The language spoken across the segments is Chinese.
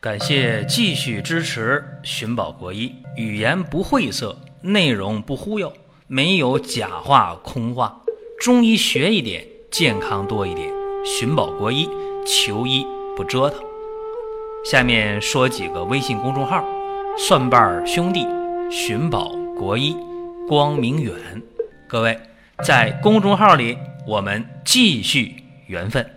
感谢继续支持寻宝国医，语言不晦涩，内容不忽悠，没有假话空话，中医学一点，健康多一点。寻宝国医，求医不折腾。下面说几个微信公众号：蒜瓣兄弟、寻宝国医、光明远。各位在公众号里，我们继续缘分。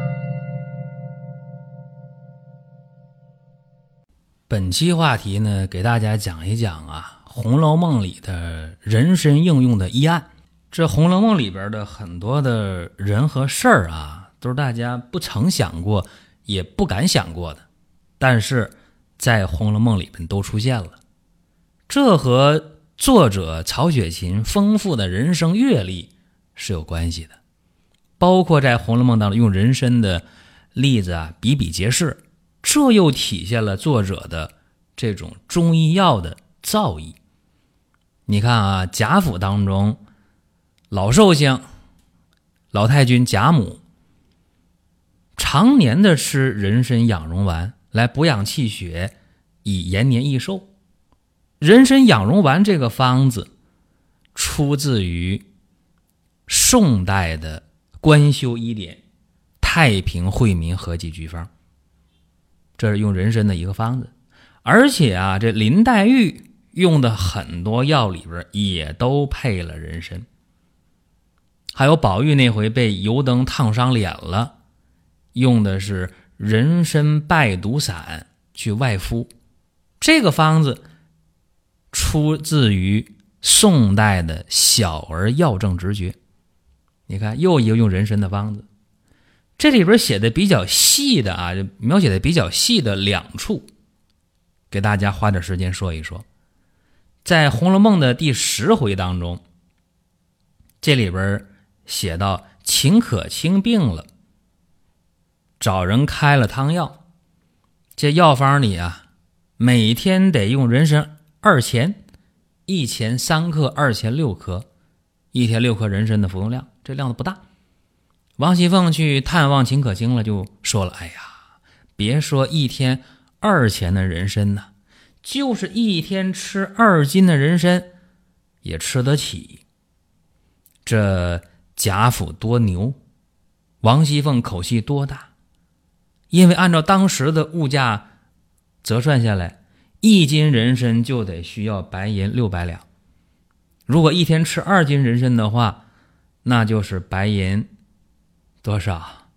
本期话题呢，给大家讲一讲《红楼梦》里的人参应用的医案。这《红楼梦》里边的很多的人和事儿都是大家不曾想过也不敢想过的，但是在《红楼梦》里边都出现了。这和作者曹雪芹丰富的人生阅历是有关系的，包括在《红楼梦》当中用人参的例子比比皆是，这又体现了作者的这种中医药的造诣。你看贾府当中，老寿星老太君贾母常年的吃人参养荣丸来补养气血，以延年益寿。人参养荣丸这个方子出自于宋代的官修医典《太平惠民合剂局方》，这是用人参的一个方子。而且这林黛玉用的很多药里边也都配了人参。还有宝玉那回被油灯烫伤脸了，用的是人参败毒散去外敷。这个方子出自于宋代的小儿药证直诀。你看又一个用人参的方子。这里边写的比较细的描写的比较细的两处，给大家花点时间说一说。在《红楼梦》的第10回当中，这里边写到秦可卿病了，找人开了汤药。这药方里每天得用人参2钱，1钱3克，2钱6克，一天6克人参的服用量，这量不大。王熙凤去探望秦可卿了，就说了：“哎呀，别说一天2钱的人参呢，就是一天吃2斤的人参也吃得起。”这贾府多牛，王熙凤口气多大。因为按照当时的物价折算下来，1斤人参就得需要白银600两。如果一天吃2斤人参的话，那就是白银多少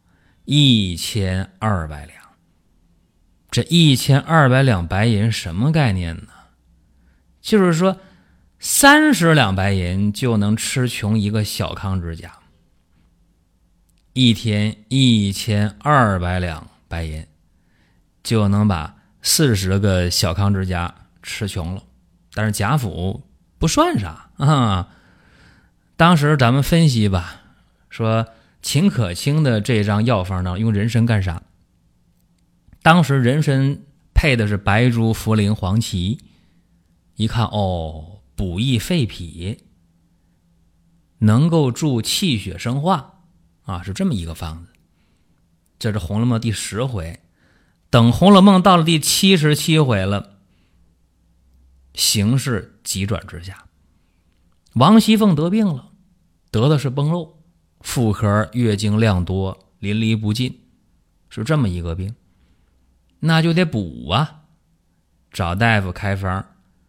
？1200两。这1200两白银什么概念呢？就是说30两白银就能吃穷一个小康之家。一天1200两白银就能把40个小康之家吃穷了。但是贾府不算啥当时咱们分析吧，说秦可卿的这张药方呢，用人参干啥？当时人参配的是白术、茯苓、黄芪，一看补益肺脾，能够助气血生化是这么一个方子。这是《红楼梦》第10回。等《红楼梦》到了第77回了，形势急转直下，王熙凤得病了，得的是崩漏，妇科月经量多，淋漓不尽，是这么一个病。那就得补找大夫开方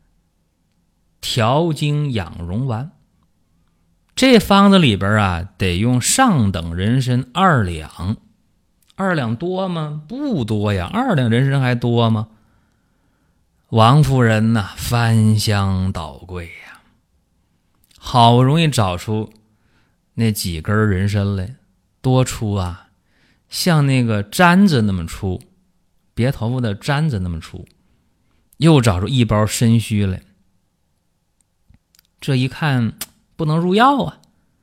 调经养荣丸。这方子里边得用上等人参2两。2两多吗？不多呀，2两人参还多吗？王夫人翻箱倒柜好不容易找出那几根人参来，多粗像那个簪子那么粗，别头发的簪子那么粗，又找出一包参须来。这一看不能入药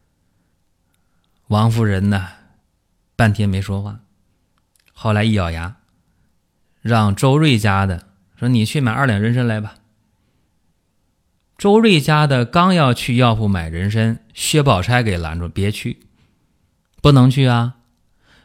王夫人半天没说话，后来一咬牙，让周瑞家的说：“你去买2两人参来吧。”周瑞家的刚要去药铺买人参，薛宝钗给拦住：“别去，不能去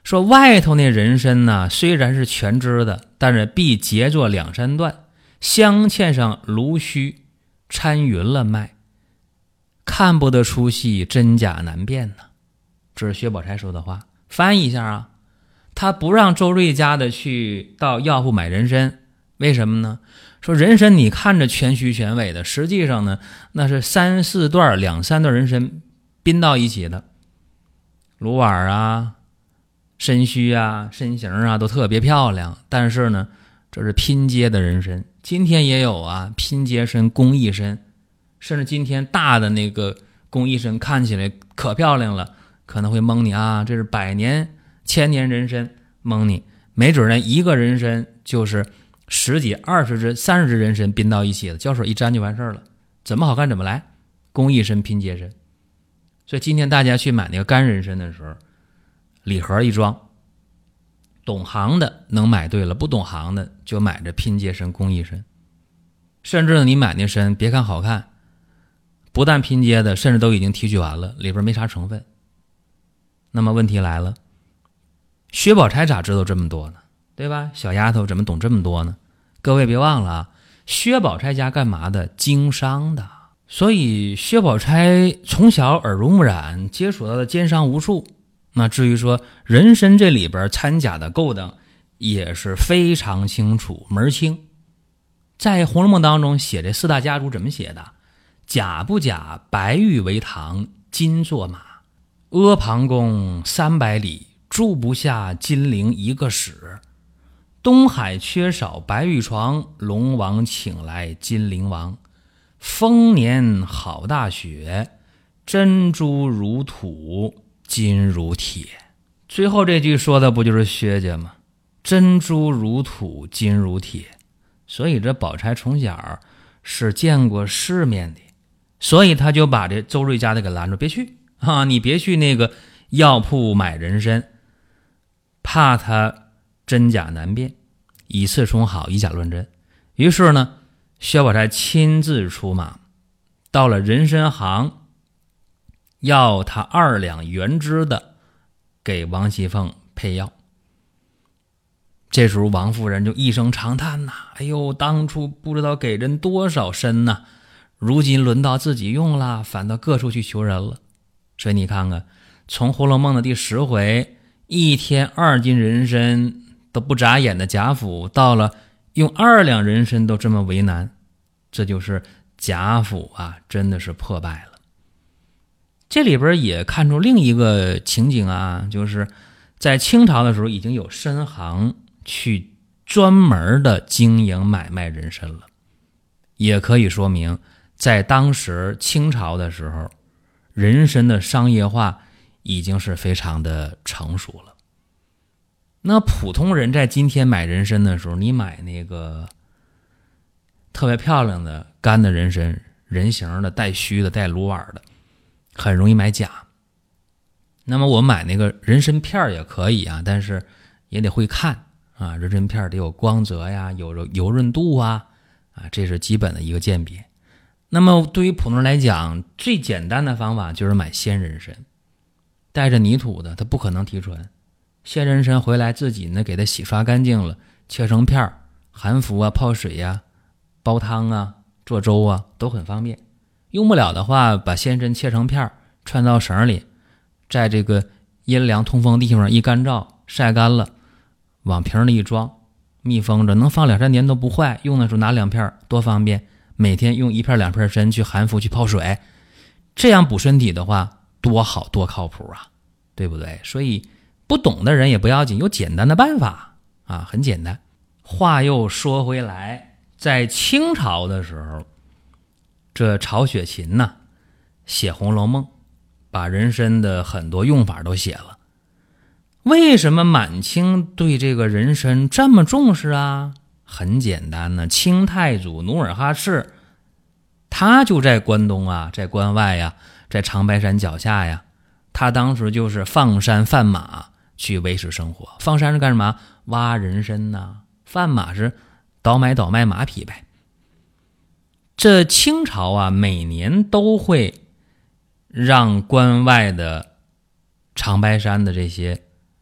说外头那人参呢，虽然是全枝的，但是必截作两三段，镶嵌上芦须，掺匀了卖，看不得出戏，真假难辨呢。这是薛宝钗说的话，翻译一下啊，他不让周瑞家的去到药铺买人参，为什么呢？说人参你看着全须全尾的，实际上呢，那是3、4段、2、3段人参并到一起的，芦碗啊、参须啊、身形啊都特别漂亮，但是呢，这是拼接的人参。今天也有啊，拼接参、工艺参，甚至今天大的那个工艺参看起来可漂亮了，可能会蒙你啊，这是100年、1000年人参，蒙你，没准呢一个人参就是10几、20只、30只人参并到一起的，胶水一沾就完事了，怎么好看怎么来，工艺参、拼接参。所以今天大家去买那个干人参的时候，礼盒一装，懂行的能买对了，不懂行的就买着拼接参、工艺参。甚至呢，你买那参别看好看，不但拼接的，甚至都已经提取完了，里边没啥成分。那么问题来了，薛宝钗咋知道这么多呢？对吧？小丫头怎么懂这么多呢？各位别忘了啊，薛宝钗家干嘛的？经商的。所以薛宝钗从小耳濡目染，接触到的奸商无数。那至于说人参这里边掺假的勾当，也是非常清楚，门清。在《红楼梦》当中写这4大家族怎么写的？假不假，白玉为堂，金作马，阿房宫300里，住不下金陵一个史。东海缺少白玉床，龙王请来金陵王。丰年好大雪，珍珠如土，金如铁。最后这句说的不就是薛家吗？珍珠如土，金如铁。所以这宝钗从小是见过世面的，所以他就把这周瑞家的给拦住，别去啊！你别去那个药铺买人参，怕他真假难辨，以次充好，以假乱真。于是呢，薛宝钗亲自出马，到了人参行，要他2两原支的给王熙凤配药。这时候王夫人就一声长叹呐，哎呦，当初不知道给人多少参呐，如今轮到自己用了，反倒各处去求人了。所以你看看，从《红楼梦》的第10回1天2斤人参都不眨眼的贾府，到了用2两人参都这么为难，这就是贾府啊，真的是破败了。这里边也看出另一个情景啊，就是在清朝的时候已经有参行去专门的经营买卖人参了，也可以说明在当时清朝的时候，人参的商业化已经是非常的成熟了。那普通人在今天买人参的时候，你买那个特别漂亮的干的人参，人形的、带须的、带芦碗的，很容易买假。那么我买那个人参片也可以啊，但是也得会看啊，人参片得有光泽呀，有油润度啊，这是基本的一个鉴别。那么对于普通人来讲，最简单的方法就是买鲜人参，带着泥土的，它不可能提纯。鲜人参回来自己呢给它洗刷干净了，切成片，含服啊、泡水啊、煲汤啊、做粥啊都很方便。用不了的话，把鲜参切成片，串到绳里，在这个阴凉通风地方一干燥，晒干了，往瓶里一装，密封着，能放2、3年都不坏。用的时候拿2片多方便，每天用1片2片参去含服去泡水，这样补身体的话多好多靠谱啊，对不对？所以不懂的人也不要紧，有简单的办法啊，很简单。话又说回来，在清朝的时候，这曹雪芹呢写《红楼梦》，把人参的很多用法都写了。为什么满清对这个人参这么重视啊？很简单呢，清太祖努尔哈赤他就在关东啊，在关外呀，在长白山脚下呀，他当时就是放山贩马去维持生活。放山是干什么？挖人参呐，贩马是倒买倒卖马匹呗。这清朝啊，每年都会让关外的长白山的这些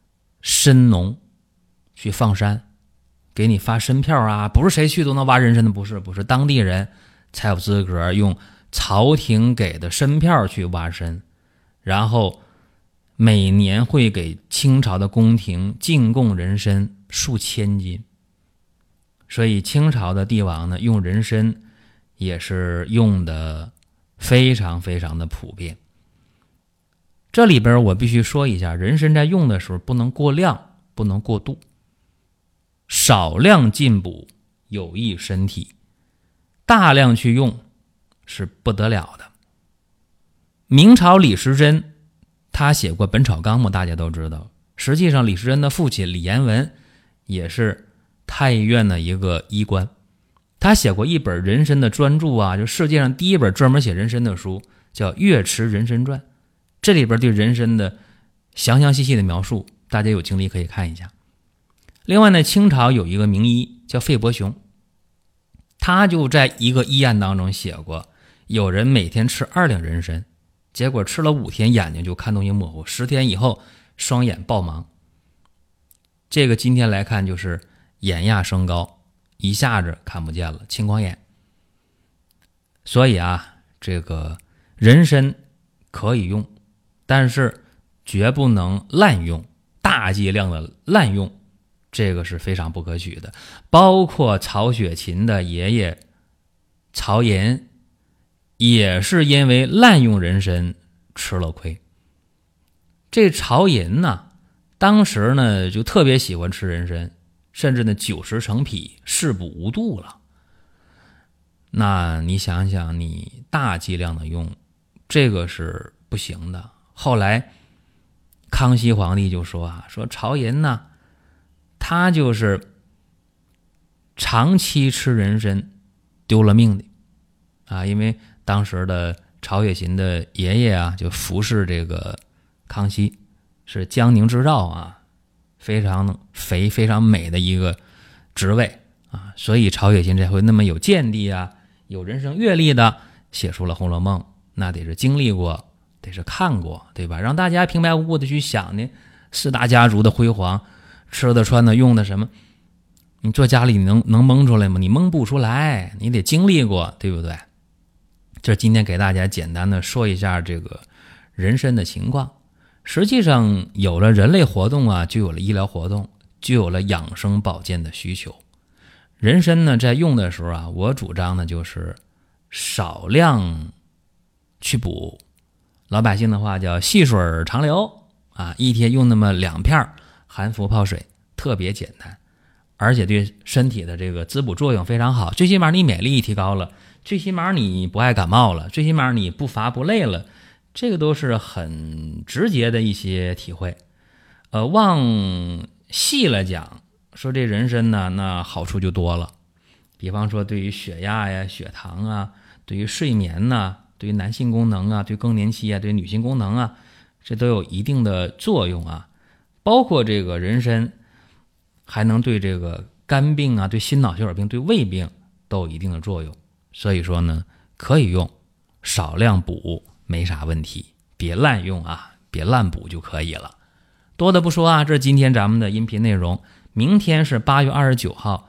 参农去放山，给你发参票啊，不是谁去都能挖人参的，不是当地人才有资格用朝廷给的参票去挖参，然后每年会给清朝的宫廷进贡人参数千斤。所以清朝的帝王呢，用人参也是用的非常非常的普遍。这里边我必须说一下，人参在用的时候不能过量，不能过度，少量进补有益身体，大量去用是不得了的。明朝李时珍他写过《本草纲目》，大家都知道。实际上李时珍的父亲李延文也是太医院的一个医官，他写过一本人参的专著啊，就世界上第一本专门写人参的书，叫《岳池人参传》。这里边对人参的详详细细的描述，大家有精力可以看一下。另外呢，清朝有一个名医叫费伯雄，他就在一个医案当中写过，有人每天吃2两人参，结果吃了5天眼睛就看东西模糊，10天以后双眼暴盲。这个今天来看就是眼压升高，一下子看不见了，青光眼。所以啊，这个人参可以用，但是绝不能滥用，大剂量的滥用，这个是非常不可取的。包括曹雪芹的爷爷曹寅也是因为滥用人参吃了亏。这曹寅呢，当时呢就特别喜欢吃人参，甚至呢90成匹，嗜补无度了。那你想想，你大剂量的用，这个是不行的。后来康熙皇帝就说啊，说曹寅呢，他就是长期吃人参丢了命的啊，因为当时的曹雪芹的爷爷啊，就服侍这个康熙，是江宁织造啊，非常肥非常美的一个职位啊，所以曹雪芹才会那么有见地啊，有人生阅历的写出了《红楼梦》，那得是经历过，得是看过，对吧？让大家平白无故的去想呢，4大家族的辉煌，吃的穿的用的什么，你坐家里能蒙出来吗？你蒙不出来，你得经历过，对不对？这今天给大家简单的说一下这个人参的情况。实际上有了人类活动啊，就有了医疗活动，就有了养生保健的需求。人参呢，在用的时候啊，我主张呢就是少量去补，老百姓的话叫细水长流啊，一天用那么2片含服泡水，特别简单，而且对身体的这个滋补作用非常好。最起码你免疫力提高了，最起码你不爱感冒了，最起码你不乏不累了，这个都是很直接的一些体会。往细了讲，说这人参呢，那好处就多了。比方说对于血压呀、血糖啊，对于睡眠呐，对于男性功能啊，对更年期啊，对女性功能啊，这都有一定的作用啊。包括这个人参还能对这个肝病啊、对心脑血管病、对胃病都有一定的作用。所以说呢，可以用，少量补没啥问题，别滥用啊，别滥补就可以了。多的不说啊，这是今天咱们的音频内容。明天是8月29号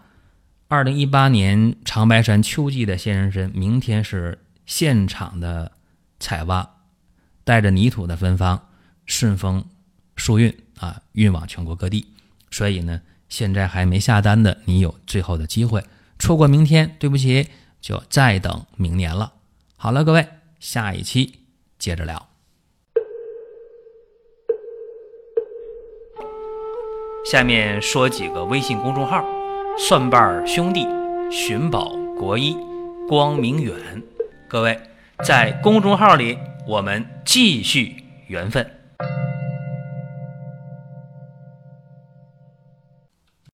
，2018年长白山秋季的鲜人参，明天是现场的采挖，带着泥土的芬芳，顺丰输运啊，运往全国各地。所以呢，现在还没下单的，你有最后的机会，错过明天，对不起，就再等明年了。好了，各位，下一期接着聊。下面说几个微信公众号：蒜瓣兄弟、寻宝国医、光明远。各位在公众号里，我们继续缘分。